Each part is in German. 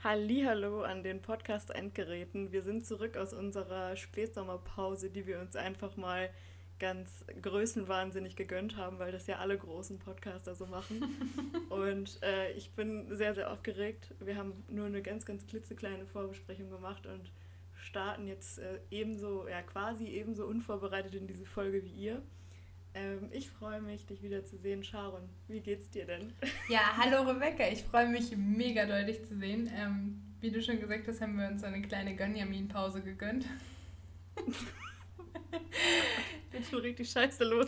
Hallihallo an den Podcast-Endgeräten. Wir sind zurück aus unserer Spätsommerpause, die wir uns einfach mal ganz größenwahnsinnig gegönnt haben, weil das ja alle großen Podcaster so machen. Und ich bin sehr, sehr aufgeregt. Wir haben nur eine ganz, ganz klitzekleine Vorbesprechung gemacht und starten jetzt ebenso, ja quasi ebenso unvorbereitet in diese Folge wie ihr. Ich freue mich, dich wiederzusehen. Sharon, wie geht's dir denn? Ja, hallo Rebecca, ich freue mich mega doll, dich zu sehen. Wie du schon gesagt hast, haben wir uns so eine kleine Gönjamin-Pause gegönnt. Geht schon richtig scheiße los.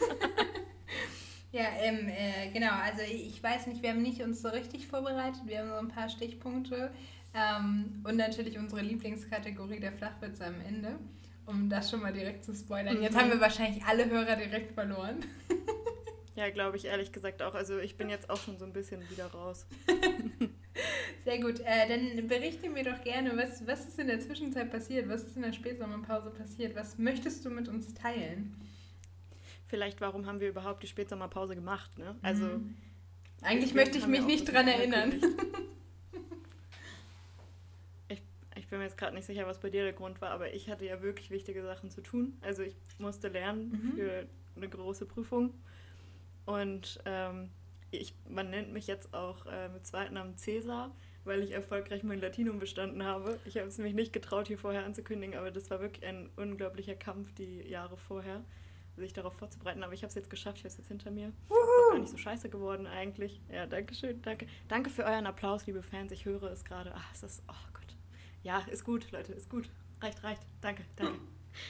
Ja, genau, also ich weiß nicht, wir haben nicht uns so richtig vorbereitet, wir haben so ein paar Stichpunkte und natürlich unsere Lieblingskategorie der Flachwitze am Ende, um das schon mal direkt zu spoilern. Jetzt haben wir wahrscheinlich alle Hörer direkt verloren. Ja, glaube ich ehrlich gesagt auch. Also ich bin jetzt auch schon so ein bisschen wieder raus. Sehr gut, dann berichte mir doch gerne, was ist in der Zwischenzeit passiert, was ist in der Spätsommerpause passiert, was möchtest du mit uns teilen? Vielleicht, warum haben wir überhaupt die Spätsommerpause gemacht, ne? Also, Mhm. Eigentlich wir möchte ich haben mich ja auch nicht das dran nicht erinnern. angekündigt. Ich, ich bin mir jetzt gerade nicht sicher, was bei dir der Grund war, aber ich hatte ja wirklich wichtige Sachen zu tun. Also ich musste lernen Mhm. für eine große Prüfung. Und man nennt mich jetzt auch mit Zweitnamen Cäsar, weil ich erfolgreich mein Latinum bestanden habe. Ich habe es mich nicht getraut, hier vorher anzukündigen, aber das war wirklich ein unglaublicher Kampf die Jahre vorher, sich darauf vorzubereiten. Aber ich habe es jetzt geschafft, ich habe es jetzt hinter mir. Ist auch gar nicht so scheiße geworden eigentlich. Ja, danke schön, danke. Danke für euren Applaus, liebe Fans. Ich höre es gerade. Ach, es ist, oh Gott. Ja, ist gut, Leute, ist gut. Reicht, reicht. Danke, danke.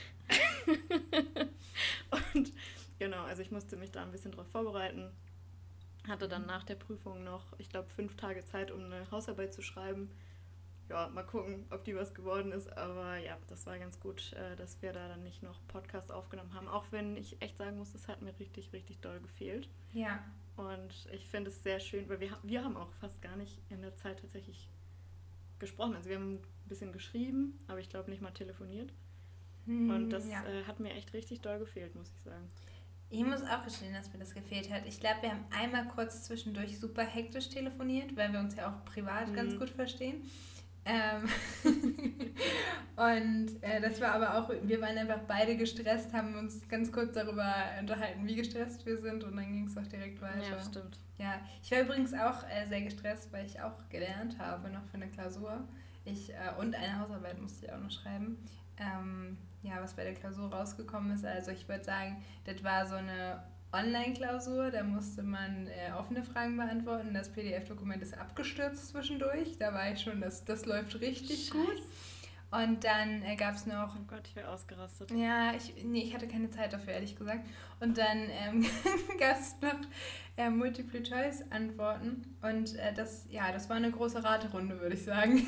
Und genau, also ich musste mich da ein bisschen drauf vorbereiten. Hatte dann nach der Prüfung noch, ich glaube, 5 Tage Zeit, um eine Hausarbeit zu schreiben. Ja, mal gucken, ob die was geworden ist. Aber ja, das war ganz gut, dass wir da dann nicht noch Podcast aufgenommen haben. Auch wenn ich echt sagen muss, das hat mir richtig, richtig doll gefehlt. Ja. Und ich finde es sehr schön, weil wir haben auch fast gar nicht in der Zeit tatsächlich gesprochen. Also wir haben ein bisschen geschrieben, aber ich glaube nicht mal telefoniert. Und das Ja. hat mir echt richtig doll gefehlt, muss ich sagen. Ich muss auch gestehen, dass mir das gefehlt hat. Ich glaube, wir haben einmal kurz zwischendurch super hektisch telefoniert, weil wir uns ja auch privat ganz Mhm. gut verstehen. Ähm und das war aber auch, wir waren einfach beide gestresst, haben uns ganz kurz darüber unterhalten, wie gestresst wir sind und dann ging es auch direkt Ja, weiter. stimmt. Ja, ich war übrigens auch sehr gestresst, weil ich auch gelernt habe noch für eine Klausur. Und eine Hausarbeit musste ich auch noch schreiben. Ja, was bei der Klausur rausgekommen ist. Also ich würde sagen, das war so eine Online-Klausur, da musste man offene Fragen beantworten. Das PDF-Dokument ist abgestürzt zwischendurch. Da war ich schon, das läuft richtig gut. Scheiße. Und dann gab es noch Oh Gott, ich wäre ausgerastet. ja, ich hatte keine Zeit dafür, ehrlich gesagt. Und dann gab es noch Multiple-Choice-Antworten. Und das war eine große Raterunde, würde ich sagen.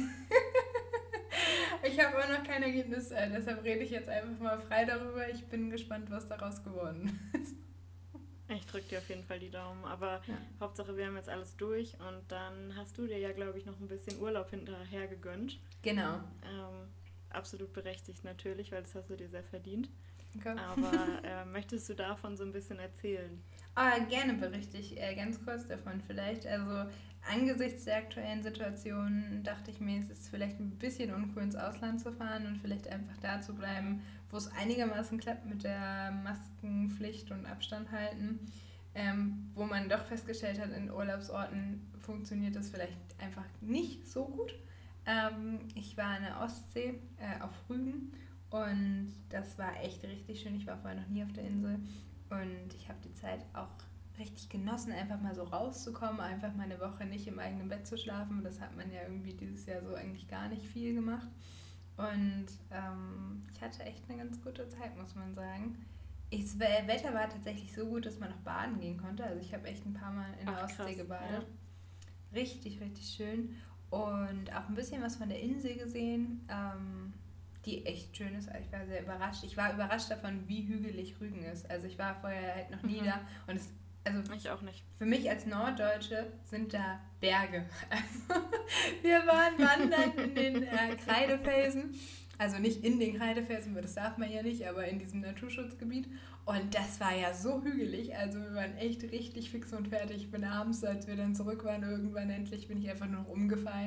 Ich habe auch noch kein Ergebnis, deshalb rede ich jetzt einfach mal frei darüber. Ich bin gespannt, was daraus geworden ist. Ich drücke dir auf jeden Fall die Daumen. Aber Ja. Hauptsache, wir haben jetzt alles durch. Und dann hast du dir ja, glaube ich, noch ein bisschen Urlaub hinterher gegönnt. Genau. Absolut berechtigt natürlich, weil das hast du dir sehr verdient. Okay. Aber möchtest du davon so ein bisschen erzählen? Gerne berichte ich ganz kurz davon vielleicht. Also angesichts der aktuellen Situation dachte ich mir, es ist vielleicht ein bisschen uncool ins Ausland zu fahren und vielleicht einfach da zu bleiben, wo es einigermaßen klappt mit der Maskenpflicht und Abstand halten. Wo man doch festgestellt hat, in Urlaubsorten funktioniert das vielleicht einfach nicht so gut. Ich war an der Ostsee auf Rügen und das war echt richtig schön. Ich war vorher noch nie auf der Insel. Und ich habe die Zeit auch richtig genossen, einfach mal so rauszukommen, einfach mal eine Woche nicht im eigenen Bett zu schlafen. Das hat man ja irgendwie dieses Jahr so eigentlich gar nicht viel gemacht. Und ich hatte echt eine ganz gute Zeit, muss man sagen. Das Wetter war tatsächlich so gut, dass man noch baden gehen konnte. Also ich habe echt ein paar Mal in der Ach, Ostsee krass. gebadet. Ja. Richtig, richtig schön. Und auch ein bisschen was von der Insel gesehen, die echt schön ist. Ich war sehr überrascht. Ich war überrascht davon, wie hügelig Rügen ist. Also ich war vorher halt noch nie Mhm. da. Und also Ich auch nicht. für mich als Norddeutsche sind da Berge. Also wir waren wandern in den Kreidefelsen. Also nicht in den Kreidefelsen, weil das darf man ja nicht, aber in diesem Naturschutzgebiet. Und das war ja so hügelig. Also wir waren echt richtig fix und fertig. Ich bin abends, als wir dann zurück waren, irgendwann endlich bin ich einfach nur noch umgefallen.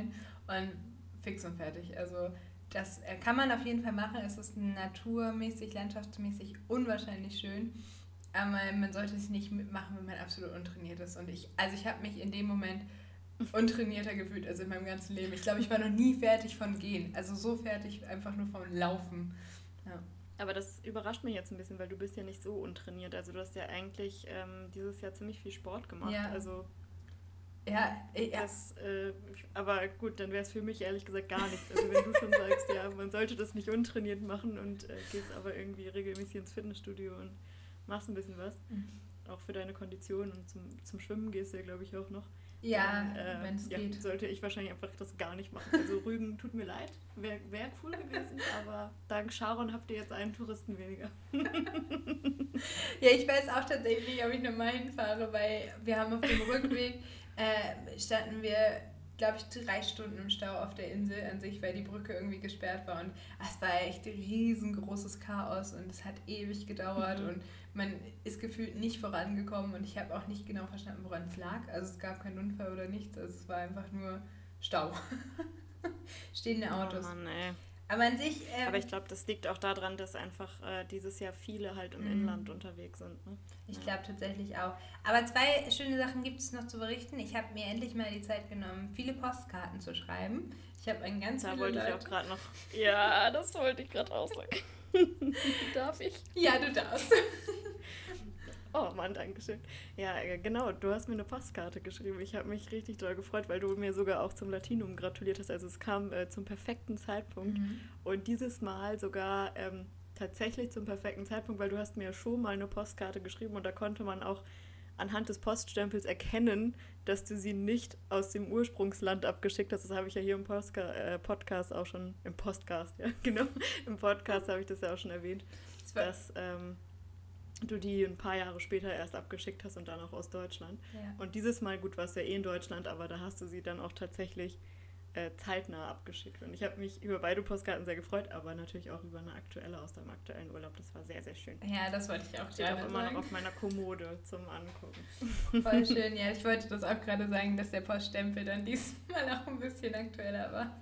und fix und fertig. Also das kann man auf jeden Fall machen. Es ist naturmäßig, landschaftsmäßig unwahrscheinlich schön. Aber man sollte es nicht mitmachen, wenn man absolut untrainiert ist. Und ich habe mich in dem Moment untrainierter gefühlt als in meinem ganzen Leben. Ich glaube, ich war noch nie fertig von Gehen. Also so fertig einfach nur vom Laufen. Ja. Aber das überrascht mich jetzt ein bisschen, weil du bist ja nicht so untrainiert. Also du hast ja eigentlich dieses Jahr ziemlich viel Sport gemacht. Ja. Also ja. das, aber gut, dann wäre es für mich ehrlich gesagt gar nichts. Also wenn du schon sagst, ja, man sollte das nicht untrainiert machen und gehst aber irgendwie regelmäßig ins Fitnessstudio und machst ein bisschen was, auch für deine Kondition und zum Schwimmen gehst du ja, glaube ich, auch noch. Ja, wenn es geht. Sollte ich wahrscheinlich einfach das gar nicht machen. Also Rügen tut mir leid, wäre cool gewesen, aber dank Sharon habt ihr jetzt einen Touristen weniger. Ja, ich weiß auch tatsächlich nicht, ob ich nochmal hinfahre, weil wir haben auf dem Rückweg, standen wir, glaube ich, 3 Stunden im Stau auf der Insel an sich, weil die Brücke irgendwie gesperrt war und es war echt ein riesengroßes Chaos und es hat ewig gedauert und man ist gefühlt nicht vorangekommen und ich habe auch nicht genau verstanden, woran es lag. Also es gab keinen Unfall oder nichts, also es war einfach nur Stau. Stehende Autos. Oh Mann, ey. Aber an sich... aber ich glaube, das liegt auch daran, dass einfach dieses Jahr viele halt im Inland unterwegs sind. Ne? Ich glaube tatsächlich auch. Aber 2 schöne Sachen gibt es noch zu berichten. Ich habe mir endlich mal die Zeit genommen, viele Postkarten zu schreiben. Ich habe einen ganz Da wollte ich auch gerade noch... Ja, das wollte ich gerade auch sagen. Darf ich? Ja, du darfst. Oh Mann, danke schön. Ja, genau, du hast mir eine Postkarte geschrieben. Ich habe mich richtig doll gefreut, weil du mir sogar auch zum Latinum gratuliert hast. Also es kam zum perfekten Zeitpunkt. Und dieses Mal sogar tatsächlich zum perfekten Zeitpunkt, weil du hast mir schon mal eine Postkarte geschrieben und da konnte man auch anhand des Poststempels erkennen, dass du sie nicht aus dem Ursprungsland abgeschickt hast. Das habe ich ja hier im Podcast auch schon, im Podcast, ja, genau, im Podcast habe ich das ja auch schon erwähnt, dass du die ein paar Jahre später erst abgeschickt hast und dann auch aus Deutschland. Ja. Und dieses Mal, gut, warst du ja in Deutschland, aber da hast du sie dann auch tatsächlich zeitnah abgeschickt. Und ich habe mich über beide Postkarten sehr gefreut, aber natürlich auch über eine aktuelle aus deinem aktuellen Urlaub. Das war sehr, sehr schön. Ja, das wollte ich auch Steht auch immer noch auf meiner Kommode zum Angucken. Voll schön, ja. Ich wollte das auch gerade sagen, dass der Poststempel dann diesmal auch ein bisschen aktueller war.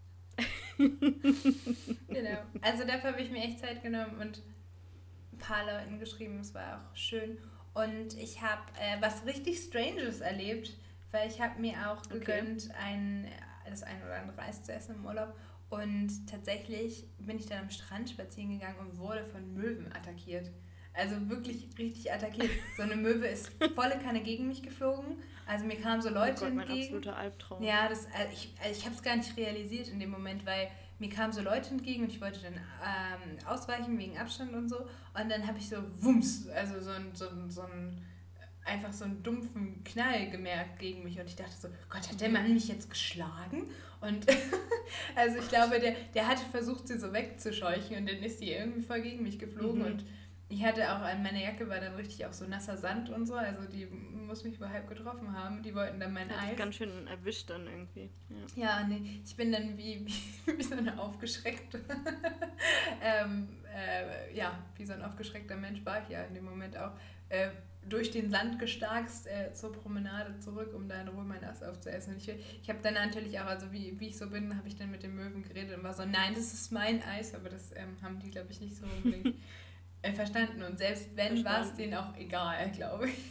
Genau. Also dafür habe ich mir echt Zeit genommen und ein paar Leuten geschrieben. Es war auch schön. Und ich habe was richtig Stranges erlebt, weil ich habe mir auch gegönnt, das ein oder andere Eis zu essen im Urlaub. Und tatsächlich bin ich dann am Strand spazieren gegangen und wurde von Möwen attackiert. Also wirklich richtig attackiert. So eine Möwe ist volle Kanne gegen mich geflogen. Also mir kamen so Leute entgegen. Mein absoluter Albtraum. Ja, ich habe es gar nicht realisiert in dem Moment, weil mir kamen so Leute entgegen und ich wollte dann ausweichen wegen Abstand und so. Und dann habe ich so Wumms, also einfach so einen dumpfen Knall gemerkt gegen mich und ich dachte so, Gott, hat der Mann mich jetzt geschlagen? Und also ich glaube, der hatte versucht, sie so wegzuscheuchen und dann ist sie irgendwie voll gegen mich geflogen und ich hatte auch, an meiner Jacke war dann richtig auch so nasser Sand und so, also die muss mich wohl halb getroffen haben, die wollten dann mein Eis. Ganz schön erwischt dann irgendwie. Ja, nee, ich bin dann wie so eine aufgeschreckte, wie so ein aufgeschreckter Mensch war ich ja in dem Moment auch, durch den Sand gestarkst zur Promenade zurück, um da in Ruhe mein Eis aufzuessen. Und ich habe dann natürlich auch, also wie ich so bin, habe ich dann mit den Möwen geredet und war so, nein, das ist mein Eis, aber das haben die, glaube ich, nicht so unbedingt verstanden. Und selbst wenn, war es denen auch egal, glaube ich.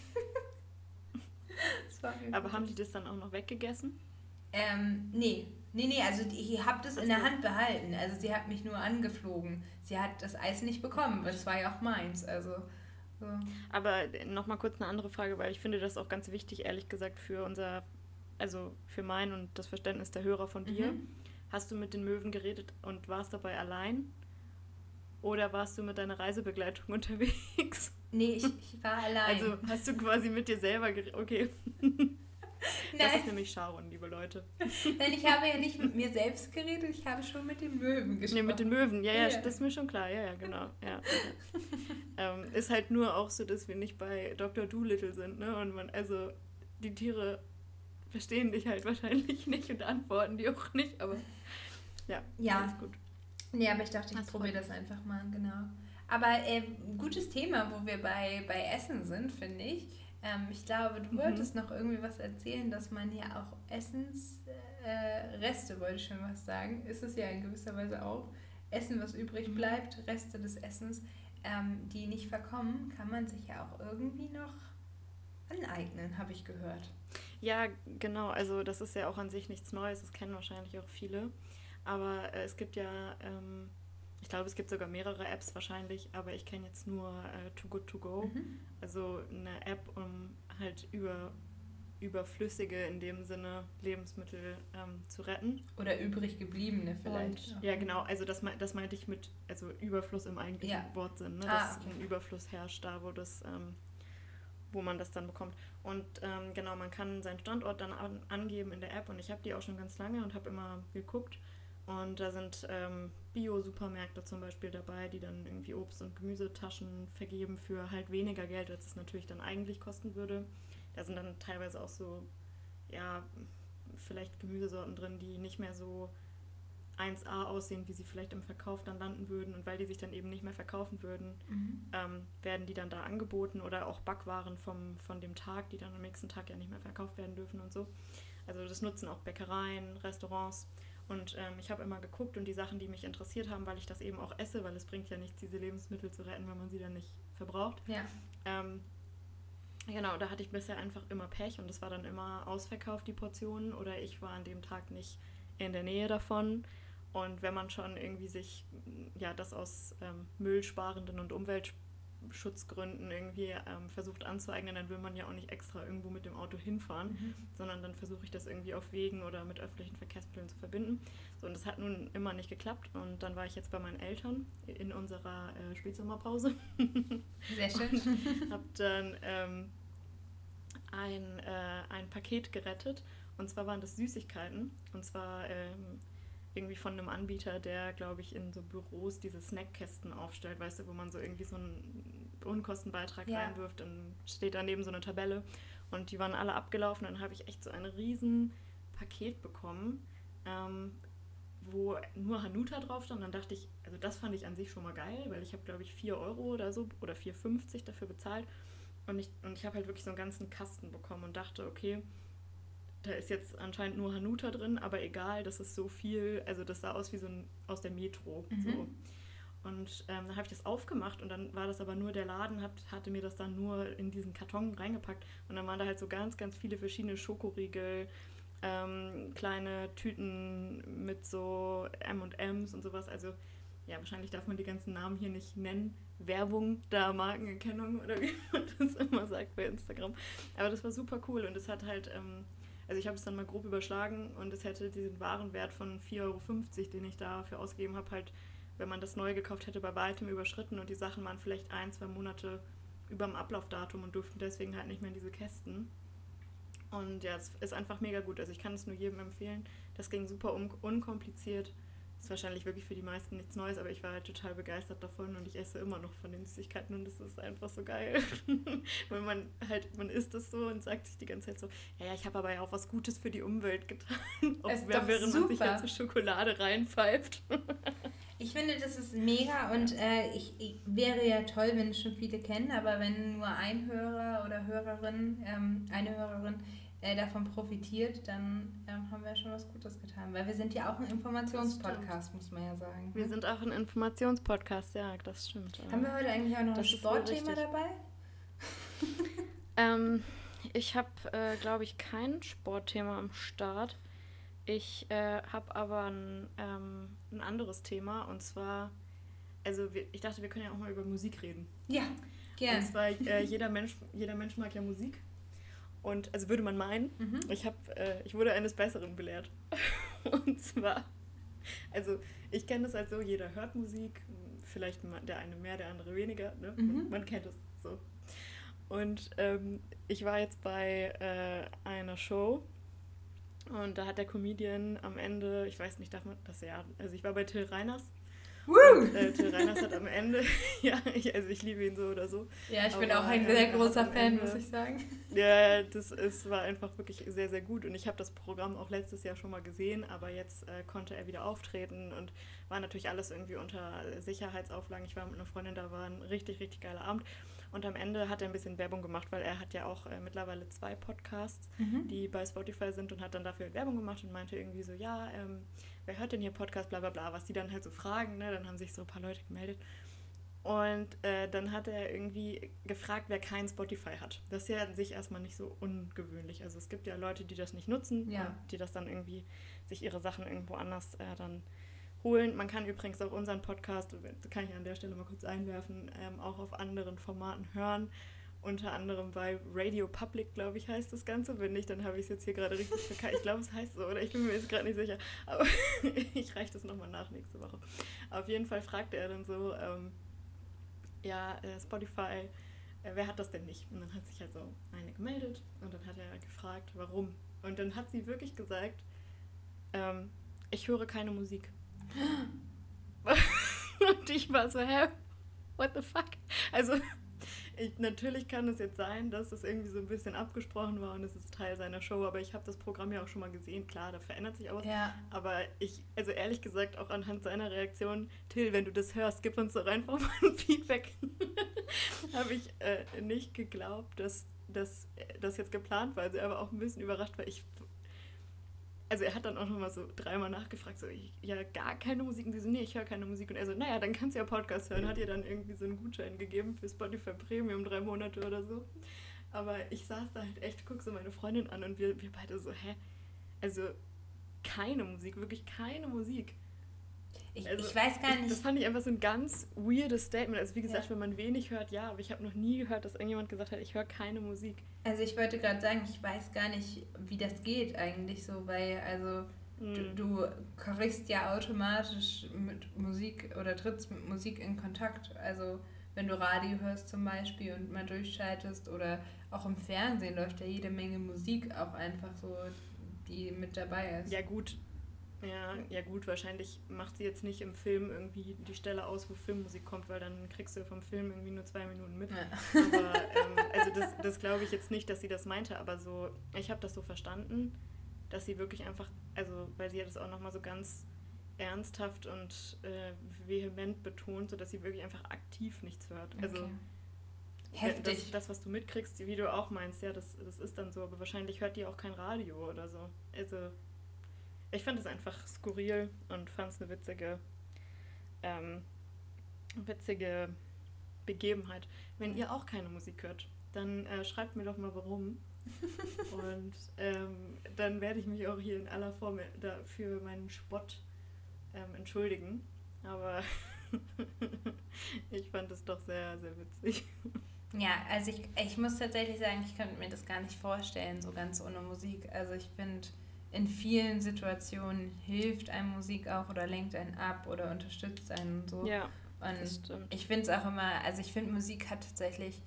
Aber haben die das dann auch noch weggegessen? Nee, also ich habe das in der Hand behalten. Also sie hat mich nur angeflogen. Sie hat das Eis nicht bekommen, weil das war ja auch meins, also... So. Aber nochmal kurz eine andere Frage, weil ich finde das auch ganz wichtig, ehrlich gesagt, für für mein und das Verständnis der Hörer von dir. Hast du mit den Möwen geredet und warst dabei allein? Oder warst du mit deiner Reisebegleitung unterwegs? Nee, ich war allein. Also hast du quasi mit dir selber geredet? Okay. Das ist nämlich Sharon, liebe Leute. Nein, ich habe ja nicht mit mir selbst geredet, ich habe schon mit den Möwen gesprochen. Nee, mit den Möwen, ja, das ist mir schon klar, ja, genau. Ja. Ist halt nur auch so, dass wir nicht bei Dr. Dolittle sind, ne? Und die Tiere verstehen dich halt wahrscheinlich nicht und antworten die auch nicht, aber ja. Alles gut. Nee, aber ich dachte, ich probiere das einfach mal, genau. Aber gutes Thema, wo wir bei Essen sind, finde ich. Ich glaube, du wolltest noch irgendwie was erzählen, dass man hier auch Reste, wollte ich schon was sagen, ist es ja in gewisser Weise auch. Essen, was übrig bleibt, Reste des Essens, die nicht verkommen, kann man sich ja auch irgendwie noch aneignen, habe ich gehört. Ja, genau. Also das ist ja auch an sich nichts Neues. Das kennen wahrscheinlich auch viele. Aber es gibt ja, ich glaube, es gibt sogar mehrere Apps wahrscheinlich, aber ich kenne jetzt nur Too Good To Go. Also eine App, um halt überflüssige in dem Sinne Lebensmittel zu retten. Oder übrig gebliebene vielleicht. Und, ja, genau. Also das meinte ich mit also Überfluss im eigentlichen Wortsinn. Ne? Dass ein Überfluss herrscht da, wo man das dann bekommt. Und genau, man kann seinen Standort dann angeben in der App und ich habe die auch schon ganz lange und habe immer geguckt. Und da sind Bio-Supermärkte zum Beispiel dabei, die dann irgendwie Obst- und Gemüsetaschen vergeben für halt weniger Geld, als es natürlich dann eigentlich kosten würde. Da sind dann teilweise auch so, ja, vielleicht Gemüsesorten drin, die nicht mehr so 1A aussehen, wie sie vielleicht im Verkauf dann landen würden. Und weil die sich dann eben nicht mehr verkaufen würden, werden die dann da angeboten oder auch Backwaren von dem Tag, die dann am nächsten Tag ja nicht mehr verkauft werden dürfen und so. Also das nutzen auch Bäckereien, Restaurants. Und ich habe immer geguckt und die Sachen, die mich interessiert haben, weil ich das eben auch esse, weil es bringt ja nichts, diese Lebensmittel zu retten, wenn man sie dann nicht verbraucht. Ja. Genau, da hatte ich bisher einfach immer Pech und es war dann immer ausverkauft, die Portionen, oder ich war an dem Tag nicht in der Nähe davon. Und wenn man schon irgendwie sich das aus müllsparenden und Umweltschutzgründen irgendwie versucht anzueignen, dann will man ja auch nicht extra irgendwo mit dem Auto hinfahren, sondern dann versuche ich das irgendwie auf Wegen oder mit öffentlichen Verkehrsmitteln zu verbinden. So, und das hat nun immer nicht geklappt und dann war ich jetzt bei meinen Eltern in unserer Spätsommerpause. Sehr schön. Und habe dann ein Paket gerettet und zwar waren das Süßigkeiten und zwar irgendwie von einem Anbieter, der, glaube ich, in so Büros diese Snackkästen aufstellt, weißt du, wo man so irgendwie so einen Unkostenbeitrag reinwirft, dann steht daneben so eine Tabelle und die waren alle abgelaufen. Dann habe ich echt so ein riesen Paket bekommen, wo nur Hanuta drauf stand. Dann dachte ich, also das fand ich an sich schon mal geil, weil ich habe, glaube ich, 4 Euro oder so oder 4,50 dafür bezahlt und ich habe halt wirklich so einen ganzen Kasten bekommen und dachte, okay, da ist jetzt anscheinend nur Hanuta drin, aber egal, das ist so viel, also das sah aus wie so ein aus der Metro. So. Und dann habe ich das aufgemacht und dann war das aber nur, der Laden hatte mir das dann nur in diesen Karton reingepackt und dann waren da halt so ganz, ganz viele verschiedene Schokoriegel, kleine Tüten mit so M&Ms und sowas, also ja, wahrscheinlich darf man die ganzen Namen hier nicht nennen. Werbung, da Markenerkennung oder wie man das immer sagt bei Instagram. Aber das war super cool und es hat halt also ich habe es dann mal grob überschlagen und es hätte diesen Warenwert von 4,50 Euro, den ich dafür ausgegeben habe, halt, wenn man das neu gekauft hätte, bei weitem überschritten und die Sachen waren vielleicht 1-2 Monate über dem Ablaufdatum und durften deswegen halt nicht mehr in diese Kästen. Und ja, es ist einfach mega gut. Also ich kann es nur jedem empfehlen. Das ging super unkompliziert. Ist wahrscheinlich wirklich für die meisten nichts Neues, aber ich war halt total begeistert davon und ich esse immer noch von den Süßigkeiten und das ist einfach so geil. Weil man isst es so und sagt sich die ganze Zeit so, ja, ich habe aber ja auch was Gutes für die Umwelt getan. Auch während man sich halt so Schokolade reinpfeift. Ich finde, das ist mega und ich wäre ja toll, wenn es schon viele kennen, aber wenn nur ein Hörer oder Hörerin, eine Hörerin davon profitiert, dann haben wir schon was Gutes getan. Weil wir sind ja auch ein Informationspodcast, muss man ja sagen. Wir sind auch ein Informationspodcast, ja, das stimmt. Haben wir heute eigentlich auch noch ein Sportthema dabei? Ich habe, glaube ich, kein Sportthema am Start. Ich habe aber ein anderes Thema und zwar, also ich dachte, wir können ja auch mal über Musik reden. Ja, gerne. Und zwar, jeder Mensch mag ja Musik. Und also würde man meinen, ich wurde eines Besseren belehrt. Und zwar, also ich kenne das halt so, jeder hört Musik, vielleicht der eine mehr, der andere weniger, ne? Man kennt es so. Und ich war jetzt bei einer Show und da hat der Comedian am Ende, ich weiß nicht, darf man das ja, also ich war bei Till Reiners. Und, Till Reiners hat am Ende, ich liebe ihn so oder so. Ja, ich bin auch ein sehr großer Fan, muss ich sagen. Ja, es war einfach wirklich sehr, sehr gut und ich habe das Programm auch letztes Jahr schon mal gesehen, aber jetzt konnte er wieder auftreten und war natürlich alles irgendwie unter Sicherheitsauflagen. Ich war mit einer Freundin da, war ein richtig, richtig geiler Abend Und am Ende hat er ein bisschen Werbung gemacht, weil er hat ja auch mittlerweile 2 Podcasts, die bei Spotify sind und hat dann dafür Werbung gemacht und meinte irgendwie so, ja, wer hört denn hier Podcast, bla bla bla, was die dann halt so fragen, ne? Dann haben sich so ein paar Leute gemeldet. Und dann hat er irgendwie gefragt, wer kein Spotify hat. Das ist ja an sich erstmal nicht so ungewöhnlich. Also es gibt ja Leute, die das nicht nutzen und die das dann irgendwie sich ihre Sachen irgendwo anders dann holen. Man kann übrigens auch unseren Podcast, kann ich an der Stelle mal kurz einwerfen, auch auf anderen Formaten hören. Unter anderem bei Radio Public, glaube ich, heißt das Ganze. Wenn nicht, dann habe ich es jetzt hier gerade richtig verkackt. Ich glaube, es heißt so, oder ich bin mir jetzt gerade nicht sicher. Aber ich reiche das nochmal nach nächste Woche. Auf jeden Fall fragte er dann so, Spotify, wer hat das denn nicht? Und dann hat sich halt so eine gemeldet und dann hat er gefragt, warum. Und dann hat sie wirklich gesagt, ich höre keine Musik. Und ich war so, hä? What the fuck? Also, natürlich kann es jetzt sein, dass das irgendwie so ein bisschen abgesprochen war und es ist Teil seiner Show, aber ich habe das Programm ja auch schon mal gesehen. Klar, da verändert sich auch was. Ja. Aber also ehrlich gesagt, auch anhand seiner Reaktion, Till, wenn du das hörst, gib uns doch einfach mal ein Feedback. Habe ich nicht geglaubt, dass das jetzt geplant war. Also er war auch ein bisschen überrascht, weil also er hat dann auch nochmal so 3-mal nachgefragt, so, ja, gar keine Musik. Und sie so, nee, ich höre keine Musik. Und er so, naja, dann kannst du ja Podcast hören. Hat ihr dann irgendwie so einen Gutschein gegeben für Spotify Premium, 3 Monate oder so. Aber ich saß da halt echt, guck so meine Freundin an und wir beide so, hä? Also keine Musik, wirklich keine Musik. Ich weiß gar nicht. Das fand ich einfach so ein ganz weirdes Statement. Also wie gesagt, wenn man wenig hört, ja, aber ich habe noch nie gehört, dass irgendjemand gesagt hat, ich höre keine Musik. Also ich wollte gerade sagen, ich weiß gar nicht, wie das geht eigentlich so, weil also du kommst ja automatisch mit Musik oder trittst mit Musik in Kontakt. Also wenn du Radio hörst zum Beispiel und mal durchschaltest oder auch im Fernsehen läuft ja jede Menge Musik auch einfach so, die mit dabei ist. Ja gut, wahrscheinlich macht sie jetzt nicht im Film irgendwie die Stelle aus, wo Filmmusik kommt, weil dann kriegst du vom Film irgendwie nur 2 Minuten mit. Ja. Aber also das glaube ich jetzt nicht, dass sie das meinte, aber so, ich habe das so verstanden, dass sie wirklich einfach, also weil sie hat es auch nochmal so ganz ernsthaft und vehement betont, sodass sie wirklich einfach aktiv nichts hört. Also okay. Heftig. Das, was du mitkriegst, wie du auch meinst, ja, das ist dann so, aber wahrscheinlich hört die auch kein Radio oder so. Also ich fand es einfach skurril und fand es eine witzige Begebenheit. Wenn ihr auch keine Musik hört, dann schreibt mir doch mal warum. Und dann werde ich mich auch hier in aller Form für meinen Spott entschuldigen. Aber ich fand es doch sehr, sehr witzig. Ja, also ich muss tatsächlich sagen, ich könnte mir das gar nicht vorstellen, so ganz ohne Musik. Also ich finde, in vielen Situationen hilft einem Musik auch oder lenkt einen ab oder unterstützt einen und so. Ja, und das stimmt. Ich finde es auch immer, also ich finde Musik hat tatsächlich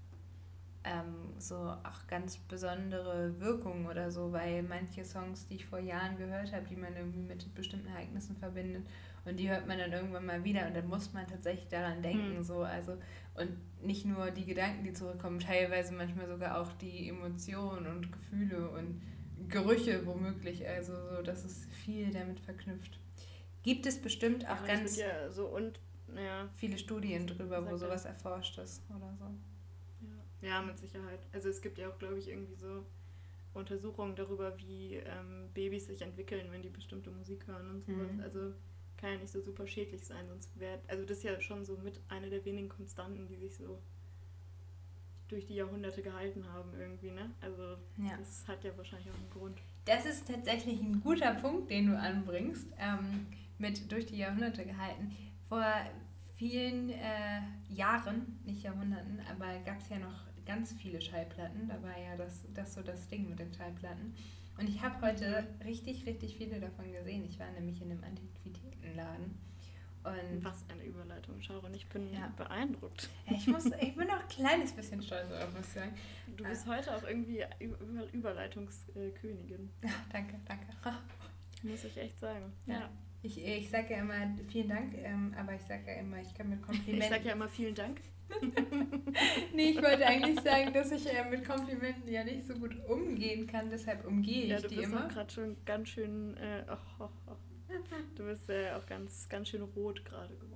so auch ganz besondere Wirkungen oder so, weil manche Songs, die ich vor Jahren gehört habe, die man irgendwie mit bestimmten Ereignissen verbindet und die hört man dann irgendwann mal wieder und dann muss man tatsächlich daran denken, so, also und nicht nur die Gedanken, die zurückkommen, teilweise manchmal sogar auch die Emotionen und Gefühle und Gerüche womöglich, also so, das ist viel damit verknüpft. Gibt es bestimmt auch ganz viele Studien drüber, wo sowas erforscht ist oder so. Ja, mit Sicherheit. Also es gibt ja auch, glaube ich, irgendwie so Untersuchungen darüber, wie Babys sich entwickeln, wenn die bestimmte Musik hören und sowas. Also kann ja nicht so super schädlich sein, sonst also das ist ja schon so mit einer der wenigen Konstanten, die sich so durch die Jahrhunderte gehalten haben irgendwie, ne? Also das hat ja wahrscheinlich auch einen Grund. Das ist tatsächlich ein guter Punkt, den du anbringst, mit durch die Jahrhunderte gehalten. Vor vielen Jahren, nicht Jahrhunderten, aber gab es ja noch ganz viele Schallplatten. Da war ja das so das Ding mit den Schallplatten. Und ich habe heute richtig, richtig viele davon gesehen. Ich war nämlich in einem Antiquitätenladen. Und was eine Überleitung, Sharon. Ich bin beeindruckt. Ich bin auch ein kleines bisschen stolz auf mich sagen. Du bist heute auch irgendwie Überleitungskönigin. Danke. Muss ich echt sagen. Ja. Ich sage ja immer vielen Dank, aber ich sage ja immer, ich kann mit Komplimenten... Ich sage ja immer vielen Dank. Nee, ich wollte eigentlich sagen, dass ich mit Komplimenten ja nicht so gut umgehen kann, deshalb umgehe ich die immer. Ja, du bist auch gerade schon ganz schön... Du bist auch ganz schön rot gerade geworden.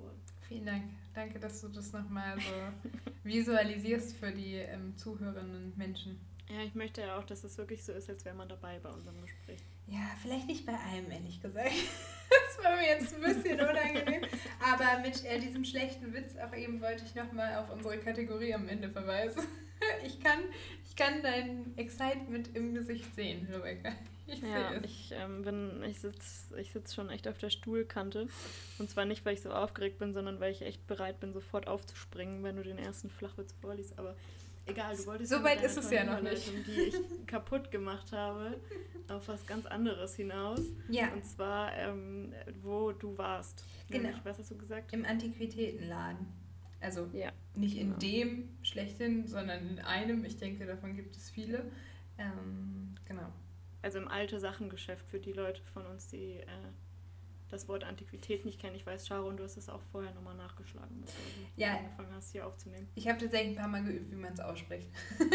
Vielen Dank. Danke, dass du das nochmal so visualisierst für die zuhörenden Menschen. Ja, ich möchte ja auch, dass es wirklich so ist, als wäre man dabei bei unserem Gespräch. Ja, vielleicht nicht bei allem, ehrlich gesagt. Das war mir jetzt ein bisschen unangenehm. Aber mit diesem schlechten Witz auch eben wollte ich nochmal auf unsere Kategorie am Ende verweisen. Ich kann dein Excitement im Gesicht sehen, Rebecca. Ich sehe es. Ich sitz schon echt auf der Stuhlkante. Und zwar nicht, weil ich so aufgeregt bin, sondern weil ich echt bereit bin, sofort aufzuspringen, wenn du den ersten Flachwitz vorliest. Aber egal, du wolltest so weit ist es ja noch nicht, die ich kaputt gemacht habe, auf was ganz anderes hinaus. Ja. Und zwar, wo du warst. Genau. Nämlich, was hast du gesagt? Im Antiquitätenladen. Also ja, nicht in dem schlechthin, sondern in einem. Ich denke, davon gibt es viele. Genau. Also im alte Sachengeschäft für die Leute von uns, die das Wort Antiquität nicht kennen. Ich weiß, Sharon, du hast es auch vorher nochmal nachgeschlagen, bevor du angefangen hast, hier aufzunehmen. Ich habe tatsächlich ein paar Mal geübt, wie man es ausspricht.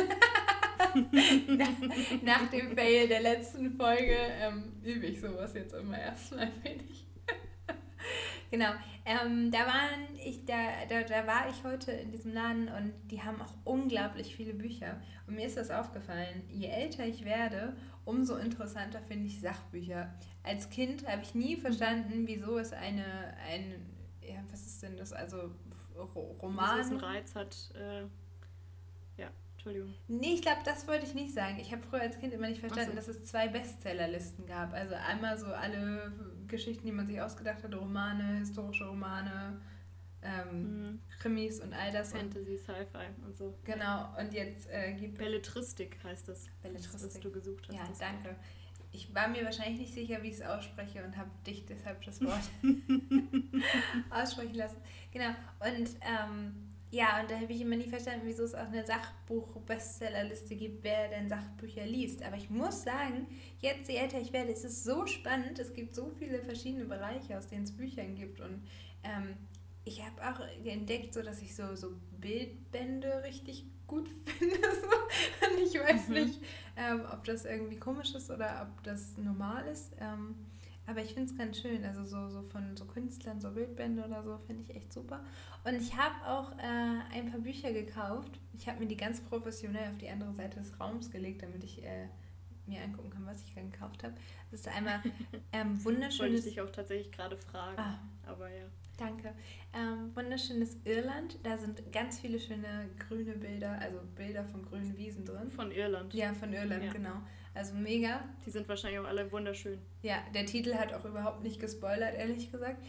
Nach dem Fail der letzten Folge übe ich sowas jetzt immer erstmal, finde ich. Genau, da war ich heute in diesem Laden und die haben auch unglaublich viele Bücher. Und mir ist das aufgefallen, je älter ich werde, umso interessanter finde ich Sachbücher. Als Kind habe ich nie verstanden, wieso es was ist denn das, also Roman? Wieso es einen Reiz hat, Entschuldigung. Nee, ich glaube, das wollte ich nicht sagen. Ich habe früher als Kind immer nicht verstanden, dass es 2 Bestsellerlisten gab. Also einmal so alle Geschichten, die man sich ausgedacht hat, Romane, historische Romane, Krimis und all das. Fantasy, Sci-Fi und so. Genau, und jetzt gibt es... Belletristik heißt das. Belletristik. Was du gesucht hast. Ja, danke. Ich war mir wahrscheinlich nicht sicher, wie ich es ausspreche und habe dich deshalb das Wort aussprechen lassen. Genau, und und da habe ich immer nie verstanden, wieso es auch eine Sachbuch-Bestsellerliste gibt, wer denn Sachbücher liest. Aber ich muss sagen, jetzt, je älter ich werde, ist es so spannend. Es gibt so viele verschiedene Bereiche, aus denen es Büchern gibt. Und ich habe auch entdeckt, so, dass ich so Bildbände richtig gut finde. Und ich weiß nicht, ob das irgendwie komisch ist oder ob das normal ist. Aber ich finde es ganz schön, also so von so Künstlern, so Bildbände oder so, finde ich echt super. Und ich habe auch ein paar Bücher gekauft. Ich habe mir die ganz professionell auf die andere Seite des Raums gelegt, damit ich mir angucken kann, was ich dann gekauft habe. Das ist einmal wunderschönes... Wollte ich dich auch tatsächlich gerade fragen, aber ja. Danke. Wunderschönes Irland. Da sind ganz viele schöne grüne Bilder, also Bilder von grünen Wiesen drin. Von Irland? Ja, von Irland, genau. Also mega. Die sind wahrscheinlich auch alle wunderschön. Ja, der Titel hat auch überhaupt nicht gespoilert, ehrlich gesagt.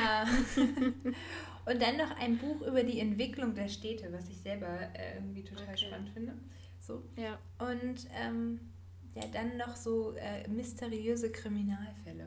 Und dann noch ein Buch über die Entwicklung der Städte, was ich selber irgendwie total spannend finde. So. Ja. Und dann noch so mysteriöse Kriminalfälle.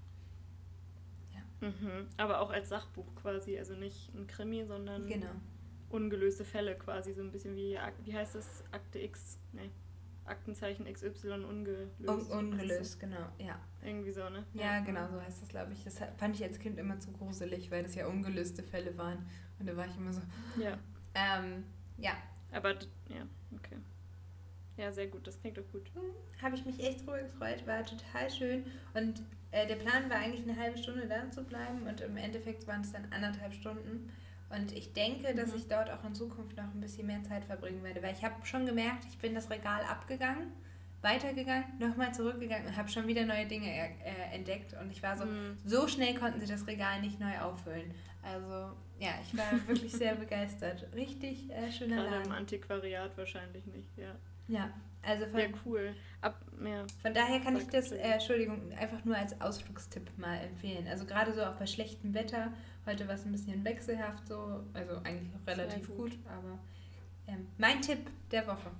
Aber auch als Sachbuch quasi, also nicht ein Krimi, sondern genau. Ungelöste Fälle quasi, so ein bisschen wie heißt das, Akte X, Aktenzeichen XY ungelöst. Ungelöst, genau, ja. Irgendwie so, ne? Ja, genau, so heißt das, glaube ich. Das fand ich als Kind immer zu gruselig, weil das ja ungelöste Fälle waren. Und da war ich immer so... Ja. Ja. Aber, ja, okay. Ja, sehr gut, das klingt doch gut. Habe ich mich echt drüber gefreut, war total schön. Und der Plan war eigentlich eine halbe Stunde da zu bleiben und im Endeffekt waren es dann 1,5 Stunden. Und ich denke, dass ich dort auch in Zukunft noch ein bisschen mehr Zeit verbringen werde, weil ich habe schon gemerkt, ich bin das Regal abgegangen, weitergegangen, nochmal zurückgegangen und habe schon wieder neue Dinge entdeckt. Und ich war so schnell konnten sie das Regal nicht neu auffüllen. Also ja, ich war wirklich sehr begeistert. Richtig schöner Laden. Gerade im Antiquariat wahrscheinlich nicht, ja. Ja, also cool. Von daher kann ich das, einfach nur als Ausflugstipp mal empfehlen. Also gerade so auch bei schlechtem Wetter, heute war es ein bisschen wechselhaft so, also eigentlich auch relativ gut, aber mein Tipp der Woche.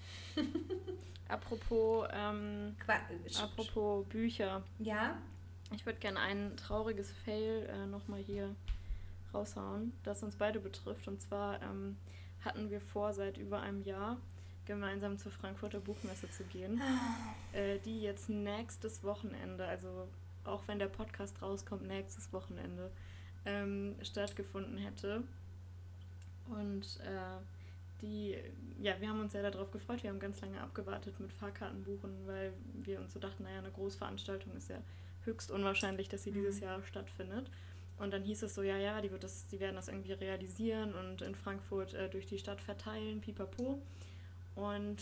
Apropos Bücher. Ja? Ich würde gerne ein trauriges Fail nochmal hier raushauen, das uns beide betrifft. Und zwar hatten wir vor, seit über einem Jahr gemeinsam zur Frankfurter Buchmesse zu gehen, die jetzt nächstes Wochenende, also auch wenn der Podcast rauskommt, nächstes Wochenende stattgefunden hätte. Und wir haben uns sehr darauf gefreut. Wir haben ganz lange abgewartet mit Fahrkarten buchen, weil wir uns so dachten, naja, eine Großveranstaltung ist ja höchst unwahrscheinlich, dass sie dieses Jahr stattfindet. Und dann hieß es so, ja, die werden das irgendwie realisieren und in Frankfurt durch die Stadt verteilen, pipapo. Und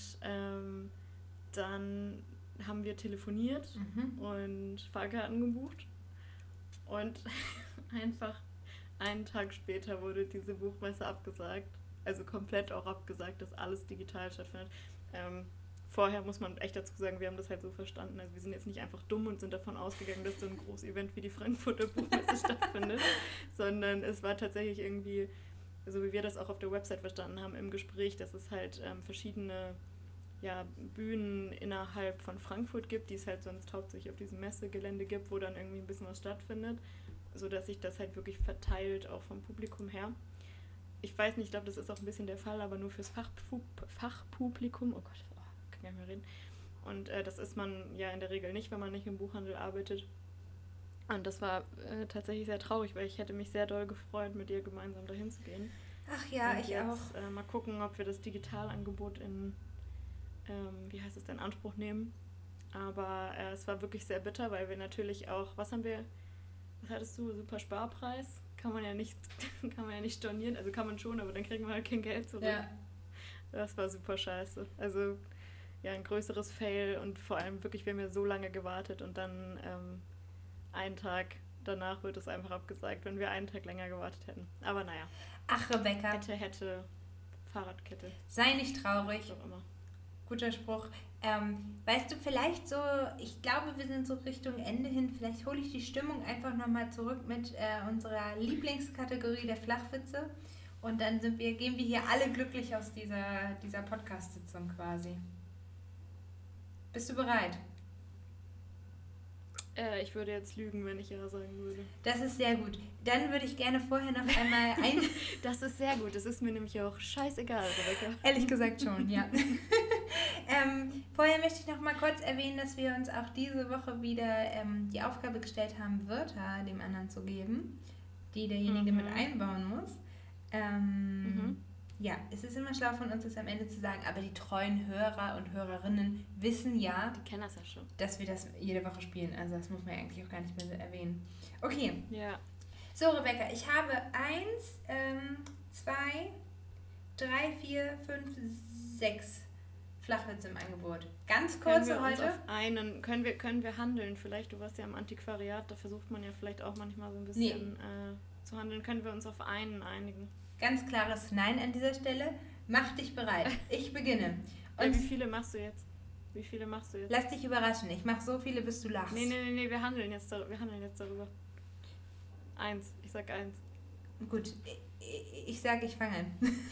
dann haben wir telefoniert und Fahrkarten gebucht. Und einfach einen Tag später wurde diese Buchmesse abgesagt. Also komplett auch abgesagt, dass alles digital stattfindet. Vorher muss man echt dazu sagen, wir haben das halt so verstanden. Also wir sind jetzt nicht einfach dumm und sind davon ausgegangen, dass so ein großes Event wie die Frankfurter Buchmesse stattfindet, sondern es war tatsächlich irgendwie, so wie wir das auch auf der Website verstanden haben, im Gespräch, dass es halt verschiedene Bühnen innerhalb von Frankfurt gibt, die es halt sonst hauptsächlich auf diesem Messegelände gibt, wo dann irgendwie ein bisschen was stattfindet, sodass sich das halt wirklich verteilt, auch vom Publikum her. Ich weiß nicht, ich glaube, das ist auch ein bisschen der Fall, aber nur fürs Fachpublikum. Oh Gott, kann gar nicht mehr reden. Und das ist man ja in der Regel nicht, wenn man nicht im Buchhandel arbeitet. Und das war tatsächlich sehr traurig, weil ich hätte mich sehr doll gefreut, mit ihr gemeinsam dahin zu gehen. Ach ja, und ich jetzt, auch. Mal gucken, ob wir das Digitalangebot in Anspruch nehmen. Aber es war wirklich sehr bitter, weil wir natürlich auch, was hattest du, super Sparpreis? Kann man ja nicht stornieren, also kann man schon, aber dann kriegen wir halt kein Geld zurück. Ja. Das war super scheiße. Also ja, ein größeres Fail und vor allem wirklich, wir haben ja so lange gewartet und dann einen Tag danach wird es einfach abgesagt, wenn wir einen Tag länger gewartet hätten. Aber naja. Ach, Rebecca. Hätte, Fahrradkette. Sei nicht traurig. Was auch immer. Guter Spruch. Weißt du, vielleicht so, ich glaube, wir sind so Richtung Ende hin, vielleicht hole ich die Stimmung einfach nochmal zurück mit unserer Lieblingskategorie der Flachwitze und dann gehen wir hier alle glücklich aus dieser Podcast-Sitzung quasi. Bist du bereit? Ich würde jetzt lügen, wenn ich ja sagen würde. Das ist sehr gut. Dann würde ich gerne vorher noch einmal Das ist sehr gut. Das ist mir nämlich auch scheißegal, Rebecca. Ehrlich gesagt schon, ja. Vorher möchte ich noch mal kurz erwähnen, dass wir uns auch diese Woche wieder die Aufgabe gestellt haben, Wörter dem anderen zu geben, die derjenige mit einbauen muss. Ja, es ist immer schlau von uns, das am Ende zu sagen, aber die treuen Hörer und Hörerinnen wissen ja, die kennen das ja schon, dass wir das jede Woche spielen. Also das muss man ja eigentlich auch gar nicht mehr erwähnen. Okay. Ja. So, Rebecca, ich habe 1, 2, 3, 4, 5, 6 Flachwitze im Angebot. Ganz kurze heute. Können wir handeln? Vielleicht, du warst ja im Antiquariat, da versucht man ja vielleicht auch manchmal so ein bisschen zu handeln. Können wir uns auf einen einigen? Ganz klares Nein an dieser Stelle. Mach dich bereit. Ich beginne. Und wie viele machst du jetzt? Lass dich überraschen. Ich mache so viele, bis du lachst. Nee, wir handeln jetzt darüber. 1. Ich sag 1. Gut, ich sage, ich fange an.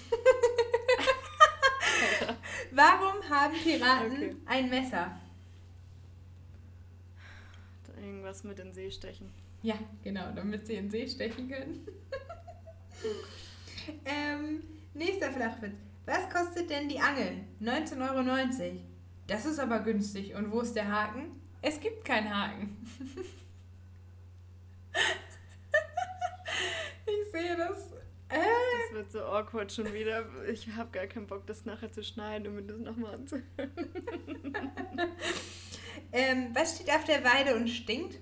Warum haben Piraten ein Messer? Irgendwas mit in den See stechen. Ja, genau, damit sie in den See stechen können. Nächster Flachwitz. Was kostet denn die Angel? 19,90 €. Das ist aber günstig. Und wo ist der Haken? Es gibt keinen Haken. Ich sehe das. Das wird so awkward schon wieder. Ich habe gar keinen Bock, das nachher zu schneiden und mir das nochmal anzuhören. Was steht auf der Weide und stinkt?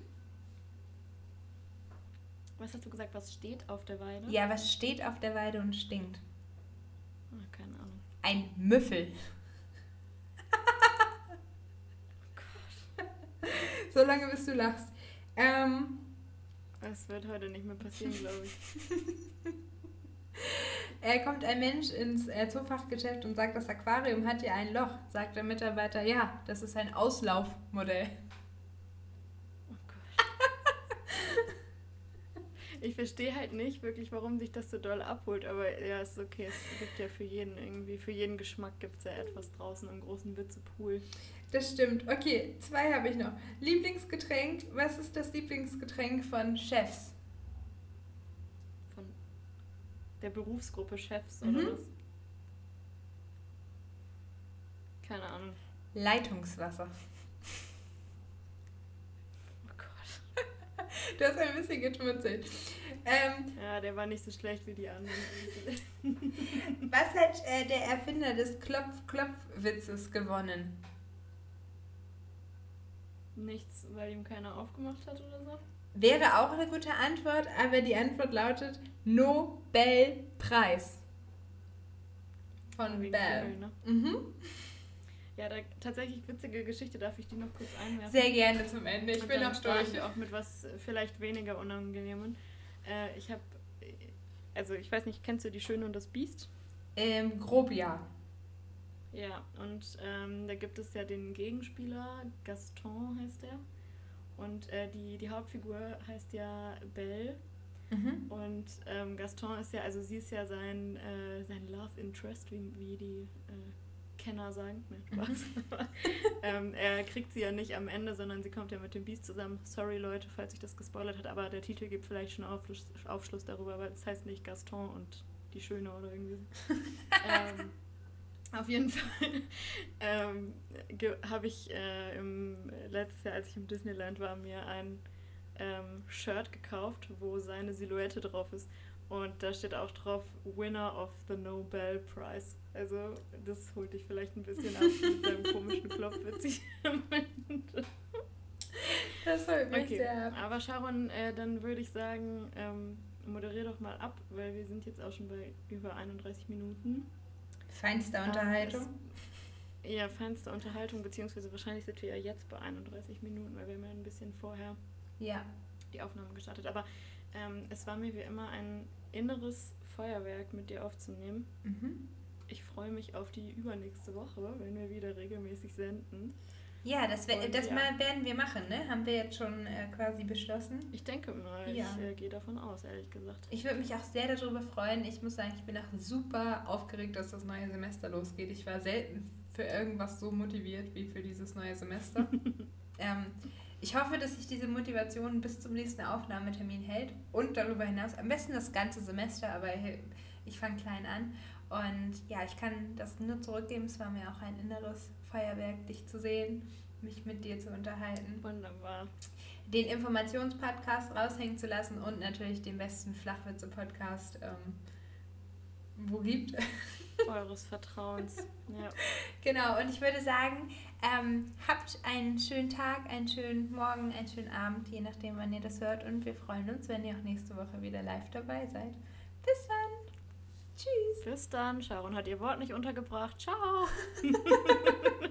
Was hast du gesagt, was steht auf der Weide? Ja, was steht auf der Weide und stinkt? Ach, keine Ahnung. Ein Müffel. Oh Gott. So lange, bis du lachst. Das wird heute nicht mehr passieren, glaube ich. Kommt ein Mensch ins Zoofachgeschäft und sagt, das Aquarium hat ja ein Loch. Sagt der Mitarbeiter, ja, das ist ein Auslaufmodell. Oh Gott. Ich verstehe halt nicht wirklich, warum sich das so doll abholt, aber ja, ist okay. Es gibt ja für jeden Geschmack gibt es ja etwas draußen im großen Witzepool. Das stimmt. Okay, 2 habe ich noch. Lieblingsgetränk. Was ist das Lieblingsgetränk von Chefs? Von der Berufsgruppe Chefs oder was? Keine Ahnung. Leitungswasser. Oh Gott. Du hast ein bisschen geschmunzelt. Ja, der war nicht so schlecht wie die anderen. Was hat der Erfinder des Klopf-Klopf-Witzes gewonnen? Nichts, weil ihm keiner aufgemacht hat oder so? wäre auch eine gute Antwort, aber die Antwort lautet Nobelpreis. Von Wegen Bell. Cool, ne? Mhm. Ja, tatsächlich witzige Geschichte, darf ich die noch kurz einwerfen? Sehr gerne zum Ende, ich Und bin dann noch starten durch. wir auch mit was vielleicht weniger Unangenehmen. Ich habe, also ich weiß nicht, kennst du Die Schöne und das Biest? Grob ja. Ja, und da gibt es ja den Gegenspieler, Gaston heißt der. Und die Hauptfigur heißt ja Belle. Mhm. Und Gaston ist ja, also sie ist ja sein Love Interest, wie die Kenner sagen. Ne, Spaß. Er kriegt sie ja nicht am Ende, sondern sie kommt ja mit dem Biest zusammen. Sorry Leute, falls ich das gespoilert hat, aber der Titel gibt vielleicht schon Aufschluss darüber, weil es heißt nicht Gaston und die Schöne oder irgendwie so. Auf jeden Fall habe ich letztes Jahr, als ich im Disneyland war, mir ein Shirt gekauft, wo seine Silhouette drauf ist. Und da steht auch drauf, Winner of the Nobel Prize. Also das holt dich vielleicht ein bisschen ab mit deinem komischen Klopfwitz. Das holt mich Okay, sehr ab. aber Sharon, dann würde ich sagen, moderier doch mal ab, weil wir sind jetzt auch schon bei über 31 Minuten. Feinste Unterhaltung. Ja, feinste Unterhaltung, beziehungsweise wahrscheinlich sind wir ja jetzt bei 31 Minuten, weil wir haben ja ein bisschen vorher die Aufnahme gestartet. Aber es war mir wie immer ein inneres Feuerwerk, mit dir aufzunehmen. Mhm. Ich freue mich auf die übernächste Woche, wenn wir wieder regelmäßig senden. Ja, das mal werden wir machen, ne? Haben wir jetzt schon quasi beschlossen. Ich denke mal, ich gehe davon aus, ehrlich gesagt. Ich würde mich auch sehr darüber freuen. Ich muss sagen, ich bin auch super aufgeregt, dass das neue Semester losgeht. Ich war selten für irgendwas so motiviert wie für dieses neue Semester. Ich hoffe, dass sich diese Motivation bis zum nächsten Aufnahmetermin hält und darüber hinaus, am besten das ganze Semester, aber ich fange klein an. Und ja, ich kann das nur zurückgeben. Es war mir auch ein inneres Feuerwerk, dich zu sehen, mich mit dir zu unterhalten. Wunderbar. Den Informationspodcast raushängen zu lassen und natürlich den besten Flachwitze-Podcast, wo gibt. Eures Vertrauens. Ja. Genau, und ich würde sagen, habt einen schönen Tag, einen schönen Morgen, einen schönen Abend, je nachdem, wann ihr das hört. Und wir freuen uns, wenn ihr auch nächste Woche wieder live dabei seid. Bis dann. Tschüss. Bis dann. Sharon hat ihr Wort nicht untergebracht. Ciao.